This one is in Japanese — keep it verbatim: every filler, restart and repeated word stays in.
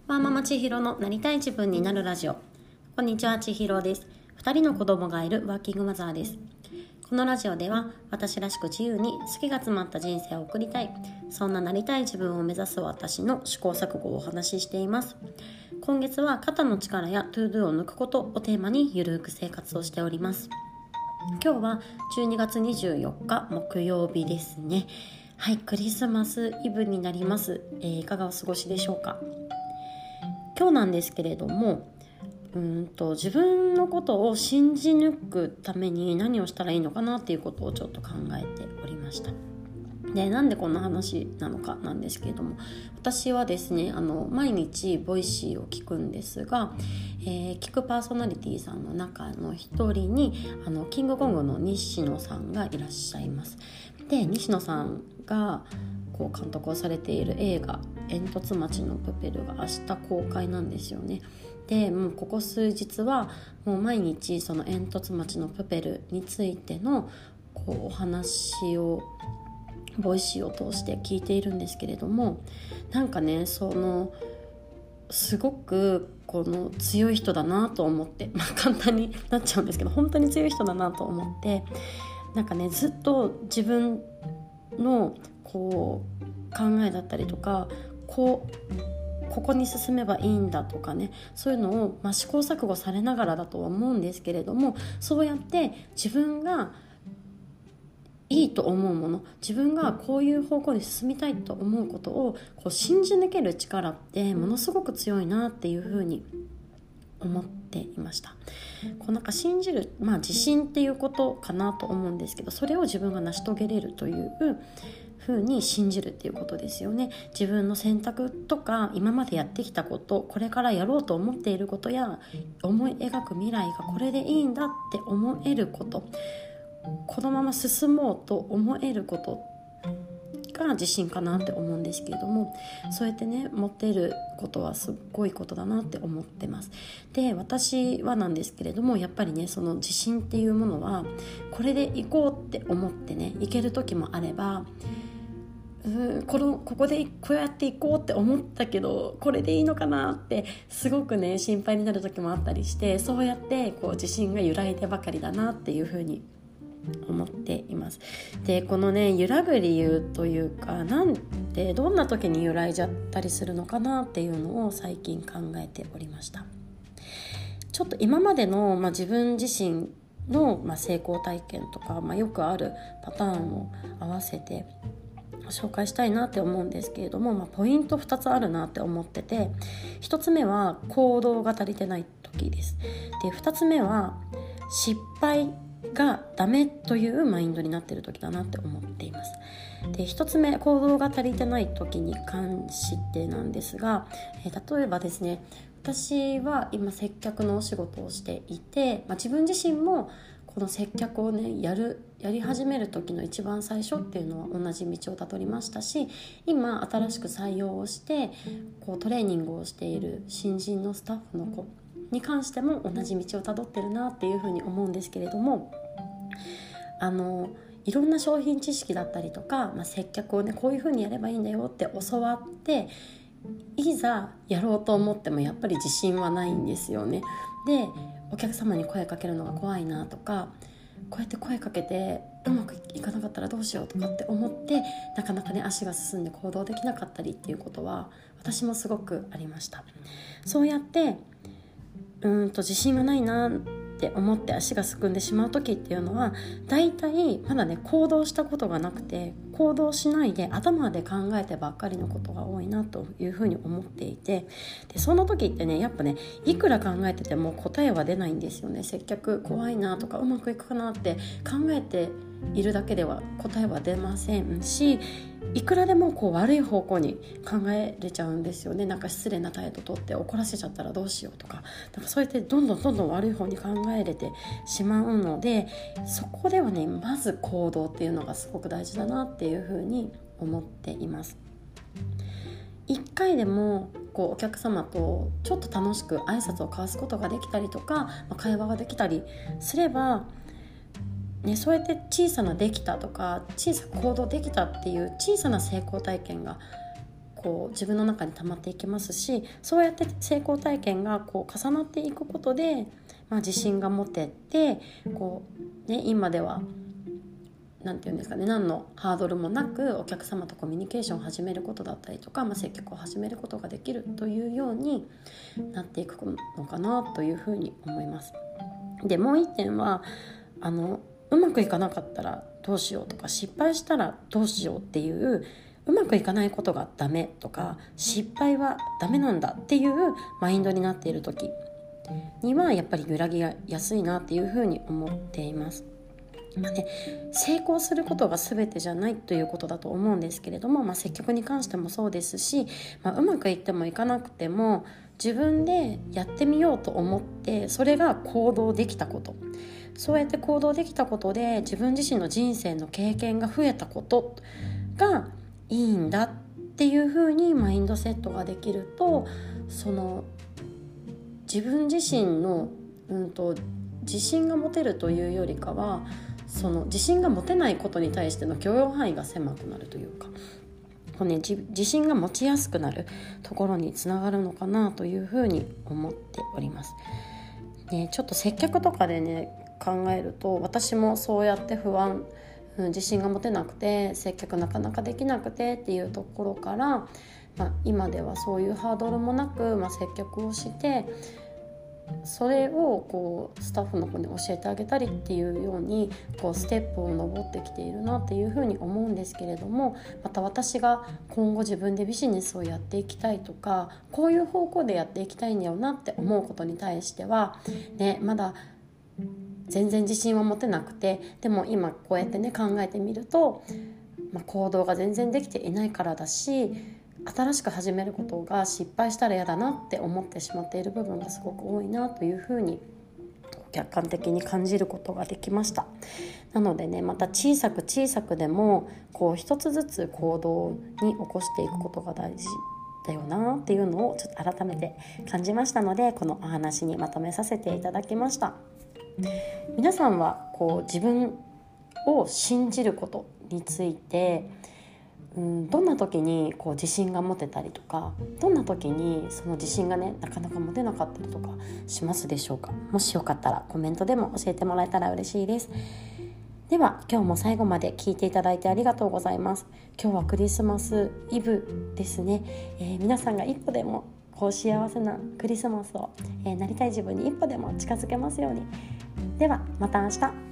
ワーママ千尋のなりたい自分になるラジオ。こんにちは、千尋です。ふたりの子供がいるワーキングマザーです。このラジオでは私らしく自由に好きが詰まった人生を送りたい、そんななりたい自分を目指す私の試行錯誤をお話ししています。今月は肩の力やトゥードゥを抜くことをテーマにゆるく生活をしております。今日はじゅうにがつにじゅうよっか木曜日ですね。はい、クリスマスイブになります。えー、いかがお過ごしでしょうか。今日なんですけれども、うんと自分のことを信じ抜くために何をしたらいいのかなっていうことをちょっと考えておりました。で、なんでこんな話なのかなんですけれども、私はですね、あの毎日ボイシーを聞くんですが、えー、聞くパーソナリティさんの中の一人にあのキングコングの西野さんがいらっしゃいます。で、西野さんがこう監督をされている映画煙突町のプペルが明日公開なんですよね。で、もうここ数日はもう毎日その煙突町のプペルについてのこうお話をボイシーを通して聞いているんですけれども、なんかね、そのすごくこの強い人だなと思って、まあ簡単になっちゃうんですけど、本当に強い人だなと思って、なんかね、ずっと自分のこう考えだったりとか、こうここに進めばいいんだとかね、そういうのを、まあ、試行錯誤されながらだとは思うんですけれども、そうやって自分がいいと思うもの、自分がこういう方向に進みたいと思うことをこう信じ抜ける力ってものすごく強いなっていうふうに思っていました。こうなんか信じる、まあ自信っていうことかなと思うんですけど、それを自分が成し遂げれるという風に信じるっていうことですよね。自分の選択とか今までやってきたこと、これからやろうと思っていることや思い描く未来がこれでいいんだって思えること、このまま進もうと思えることが自信かなって思うんですけれども、そうやってね持っていることはすっごいことだなって思ってます。で、私はなんですけれども、やっぱりね、その自信っていうものはこれで行こうって思ってね行ける時もあれば、うーんこのここでこうやって行こうって思ったけどこれでいいのかなってすごくね心配になる時もあったりして、そうやってこう自信が揺らいでばかりだなっていうふうに思っています。で、このね揺らぐ理由というか、なんでどんな時に揺らいじゃったりするのかなっていうのを最近考えておりました。ちょっと今までの、まあ、自分自身の、まあ、成功体験とか、まあ、よくあるパターンを合わせて紹介したいなって思うんですけれども、まあ、ポイントふたつあるなって思ってて、ひとつめは行動が足りてない時です。で、ふたつめは失敗がダメというマインドになっている時だなって思っています。で、一つ目、行動が足りてない時に関してなんですが、えー、例えばですね、私は今接客のお仕事をしていて、まあ、自分自身もこの接客をねやるやり始める時の一番最初っていうのは同じ道をたどりましたし、今新しく採用をしてこうトレーニングをしている新人のスタッフの子に関しても同じ道をたどってるなっていうふうに思うんですけれども、あのいろんな商品知識だったりとか、まあ、接客をねこういうふうにやればいいんだよって教わって、いざやろうと思ってもやっぱり自信はないんですよね。で、お客様に声かけるのが怖いなとか、こうやって声かけてうまくいかなかったらどうしようとかって思ってなかなかね足が進んで行動できなかったりっていうことは私もすごくありました。そうやってうーんと自信がないなって思って足がすくんでしまう時っていうのは、だいたいまだね行動したことがなくて、行動しないで頭で考えてばっかりのことが多いなというふうに思っていて、でそんな時ってねやっぱねいくら考えてても答えは出ないんですよね。接客怖いなとかうまくいくかなって考えているだけでは答えは出ませんし、いくらでもこう悪い方向に考えれちゃうんですよね。なんか失礼な態度とって怒らせちゃったらどうしようとか、なんかそうやってどんどんどんどん悪い方に考えれてしまうので、そこではねまず行動っていうのがすごく大事だなっていうふうに思っています。一回でもこうお客様とちょっと楽しく挨拶を交わすことができたりとか、まあ、会話ができたりすればね、そうやって小さなできたとか小さく行動できたっていう小さな成功体験がここう自分の中に溜まっていきますし、そうやって成功体験がこう重なっていくことで、まあ、自信が持ててこう、ね、今ではなんていうんですかね、何のハードルもなくお客様とコミュニケーションを始めることだったりとか、まあ、接客を始めることができるというようになっていくのかなというふうに思います。でもう一点はあのうまくいかなかったらどうしようとか、失敗したらどうしようっていう、うまくいかないことがダメとか、失敗はダメなんだっていうマインドになっている時にはやっぱり揺らぎやすいなっていうふうに思っています。まあね、成功することが全てじゃないということだと思うんですけれども、まあ、接客に関してもそうですし、まあ、うまくいってもいかなくても自分でやってみようと思ってそれが行動できたこと、そうやって行動できたことで自分自身の人生の経験が増えたことがいいんだっていうふうにマインドセットができると、その自分自身の、うんと、自信が持てるというよりかは、その自信が持てないことに対しての許容範囲が狭くなるというか、こう、ね、自, 自信が持ちやすくなるところにつながるのかなというふうに思っております、ね、ちょっと接客とかでね考えると、私もそうやって不安、うん、自信が持てなくて接客なかなかできなくてっていうところから、まあ、今ではそういうハードルもなく、まあ、接客をしてそれをこうスタッフの子に教えてあげたりっていうようにこうステップを登ってきているなっていうふうに思うんですけれども、また私が今後自分でビジネスをやっていきたいとか、こういう方向でやっていきたいんだよなって思うことに対しては、ね、まだ全然自信は持てなくて、でも今こうやってね考えてみると、まあ、行動が全然できていないからだし、新しく始めることが失敗したら嫌だなって思ってしまっている部分がすごく多いなというふうに客観的に感じることができました。なのでね、また小さく小さくでもこう一つずつ行動に起こしていくことが大事だよなっていうのをちょっと改めて感じましたので、このお話にまとめさせていただきました。皆さんはこう自分を信じることについて、うん、どんな時にこう自信が持てたりとか、どんな時にその自信がねなかなか持てなかったりとかしますでしょうか。もしよかったらコメントでも教えてもらえたら嬉しいです。では今日も最後まで聞いていただいてありがとうございます。今日はクリスマスイブですね、えー、皆さんが一歩でもこう幸せなクリスマスを、えー、なりたい自分に一歩でも近づけますように。ではまた明日。